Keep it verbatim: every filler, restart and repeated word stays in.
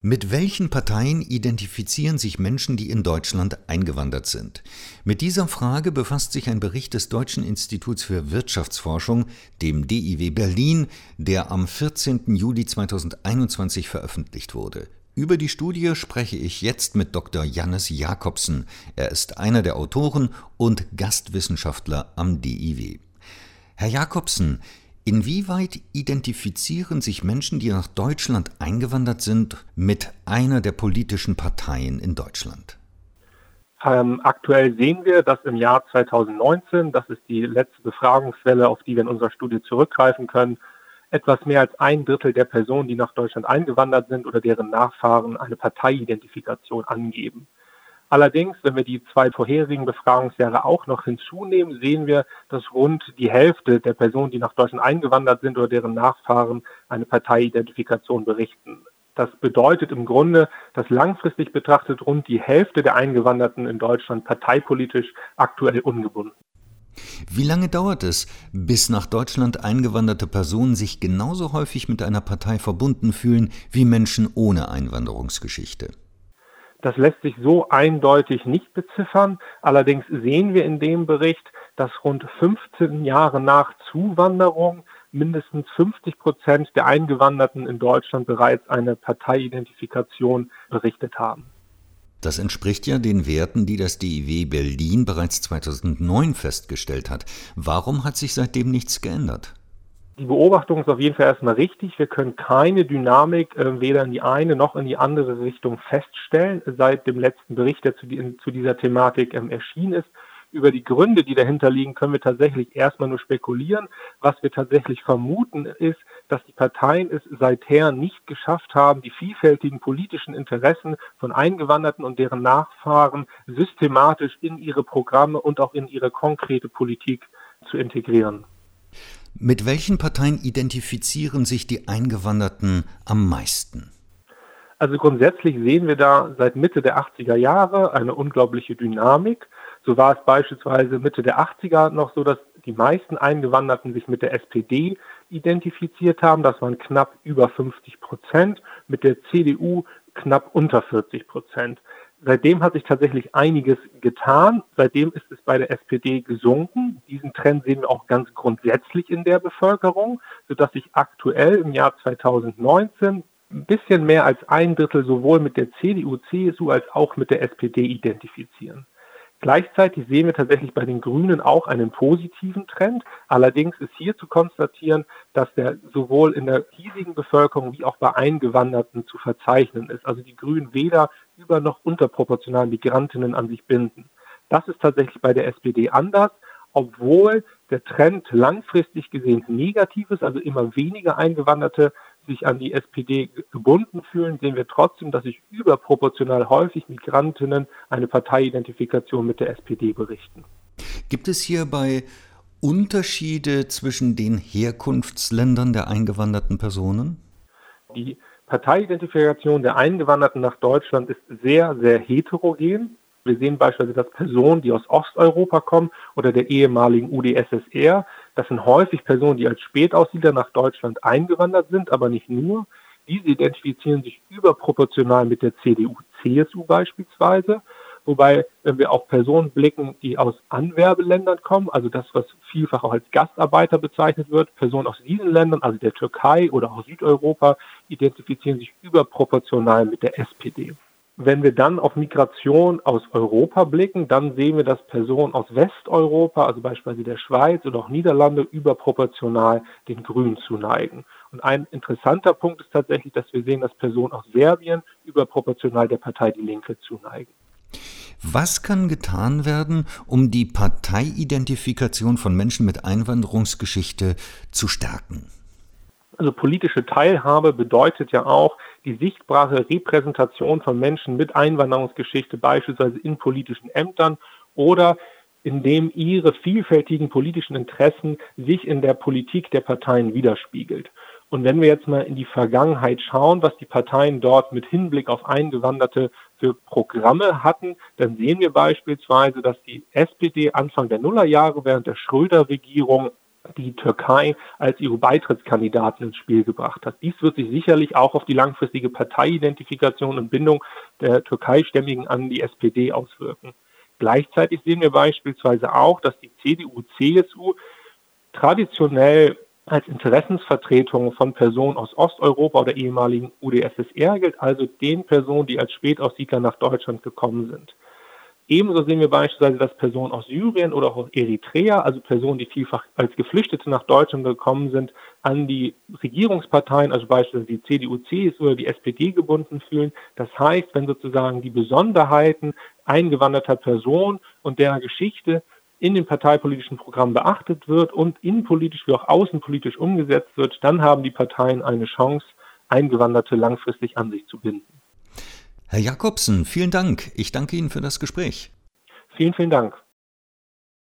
Mit welchen Parteien identifizieren sich Menschen, die in Deutschland eingewandert sind? Mit dieser Frage befasst sich ein Bericht des Deutschen Instituts für Wirtschaftsforschung, dem D I W Berlin, der am vierzehnten Juli zweitausendeinundzwanzig veröffentlicht wurde. Über die Studie spreche ich jetzt mit Doktor Jannis Jacobsen. Er ist einer der Autoren und Gastwissenschaftler am D I W. Herr Jacobsen, inwieweit identifizieren sich Menschen, die nach Deutschland eingewandert sind, mit einer der politischen Parteien in Deutschland? Ähm, aktuell sehen wir, dass im Jahr zweitausendneunzehn, das ist die letzte Befragungswelle, auf die wir in unserer Studie zurückgreifen können, etwas mehr als ein Drittel der Personen, die nach Deutschland eingewandert sind oder deren Nachfahren eine Parteiidentifikation angeben. Allerdings, wenn wir die zwei vorherigen Befragungsjahre auch noch hinzunehmen, sehen wir, dass rund die Hälfte der Personen, die nach Deutschland eingewandert sind oder deren Nachfahren, eine Parteiidentifikation berichten. Das bedeutet im Grunde, dass langfristig betrachtet rund die Hälfte der Eingewanderten in Deutschland parteipolitisch aktuell ungebunden. Wie lange dauert es, bis nach Deutschland eingewanderte Personen sich genauso häufig mit einer Partei verbunden fühlen wie Menschen ohne Einwanderungsgeschichte? Das lässt sich so eindeutig nicht beziffern. Allerdings sehen wir in dem Bericht, dass rund fünfzehn Jahre nach Zuwanderung mindestens fünfzig Prozent der Eingewanderten in Deutschland bereits eine Parteiidentifikation berichtet haben. Das entspricht ja den Werten, die das D I W Berlin bereits zweitausendneun festgestellt hat. Warum hat sich seitdem nichts geändert? Die Beobachtung ist auf jeden Fall erstmal richtig. Wir können keine Dynamik äh, weder in die eine noch in die andere Richtung feststellen, seit dem letzten Bericht, der zu, die, zu dieser Thematik ähm, erschienen ist. Über die Gründe, die dahinter liegen, können wir tatsächlich erstmal nur spekulieren. Was wir tatsächlich vermuten, ist, dass die Parteien es seither nicht geschafft haben, die vielfältigen politischen Interessen von Eingewanderten und deren Nachfahren systematisch in ihre Programme und auch in ihre konkrete Politik zu integrieren. Mit welchen Parteien identifizieren sich die Eingewanderten am meisten? Also grundsätzlich sehen wir da seit Mitte der achtziger Jahre eine unglaubliche Dynamik. So war es beispielsweise Mitte der achtziger noch so, dass die meisten Eingewanderten sich mit der S P D identifiziert haben. Das waren knapp über fünfzig Prozent, mit der C D U knapp unter vierzig Prozent. Seitdem hat sich tatsächlich einiges getan. Seitdem ist es bei der S P D gesunken. Diesen Trend sehen wir auch ganz grundsätzlich in der Bevölkerung, sodass sich aktuell im Jahr zweitausendneunzehn ein bisschen mehr als ein Drittel sowohl mit der C D U, C S U als auch mit der S P D identifizieren. Gleichzeitig sehen wir tatsächlich bei den Grünen auch einen positiven Trend. Allerdings ist hier zu konstatieren, dass der sowohl in der hiesigen Bevölkerung wie auch bei Eingewanderten zu verzeichnen ist. Also die Grünen weder über- noch unterproportional Migrantinnen an sich binden. Das ist tatsächlich bei der S P D anders, obwohl der Trend langfristig gesehen negativ ist, also immer weniger Eingewanderte sich an die S P D gebunden fühlen, sehen wir trotzdem, dass sich überproportional häufig Migrantinnen eine Parteiidentifikation mit der S P D berichten. Gibt es hierbei Unterschiede zwischen den Herkunftsländern der eingewanderten Personen? Die Parteiidentifikation der Eingewanderten nach Deutschland ist sehr, sehr heterogen. Wir sehen beispielsweise, dass Personen, die aus Osteuropa kommen oder der ehemaligen U D S S R, das sind häufig Personen, die als Spätaussiedler nach Deutschland eingewandert sind, aber nicht nur. Diese identifizieren sich überproportional mit der C D U, C S U beispielsweise. Wobei, wenn wir auf Personen blicken, die aus Anwerbeländern kommen, also das, was vielfach auch als Gastarbeiter bezeichnet wird, Personen aus diesen Ländern, also der Türkei oder auch Südeuropa, identifizieren sich überproportional mit der S P D. Wenn wir dann auf Migration aus Europa blicken, dann sehen wir, dass Personen aus Westeuropa, also beispielsweise der Schweiz oder auch Niederlande, überproportional den Grünen zuneigen. Und ein interessanter Punkt ist tatsächlich, dass wir sehen, dass Personen aus Serbien überproportional der Partei Die Linke zuneigen. Was kann getan werden, um die Parteiidentifikation von Menschen mit Einwanderungsgeschichte zu stärken? Also politische Teilhabe bedeutet ja auch die sichtbare Repräsentation von Menschen mit Einwanderungsgeschichte, beispielsweise in politischen Ämtern oder indem ihre vielfältigen politischen Interessen sich in der Politik der Parteien widerspiegelt. Und wenn wir jetzt mal in die Vergangenheit schauen, was die Parteien dort mit Hinblick auf Eingewanderte für Programme hatten, dann sehen wir beispielsweise, dass die S P D Anfang der Nullerjahre während der Schröder-Regierung die Türkei als E U-Beitrittskandidaten ins Spiel gebracht hat. Dies wird sich sicherlich auch auf die langfristige Parteiidentifikation und Bindung der Türkeistämmigen an die S P D auswirken. Gleichzeitig sehen wir beispielsweise auch, dass die C D U C S U traditionell als Interessensvertretung von Personen aus Osteuropa oder ehemaligen U d S S R gilt, also den Personen, die als Spätaussiedler nach Deutschland gekommen sind. Ebenso sehen wir beispielsweise, dass Personen aus Syrien oder auch aus Eritrea, also Personen, die vielfach als Geflüchtete nach Deutschland gekommen sind, an die Regierungsparteien, also beispielsweise die C D U C S U oder die S P D gebunden fühlen. Das heißt, wenn sozusagen die Besonderheiten eingewanderter Personen und deren Geschichte in dem parteipolitischen Programm beachtet wird und innenpolitisch wie auch außenpolitisch umgesetzt wird, dann haben die Parteien eine Chance, Eingewanderte langfristig an sich zu binden. Herr Jacobsen, vielen Dank. Ich danke Ihnen für das Gespräch. Vielen, vielen Dank.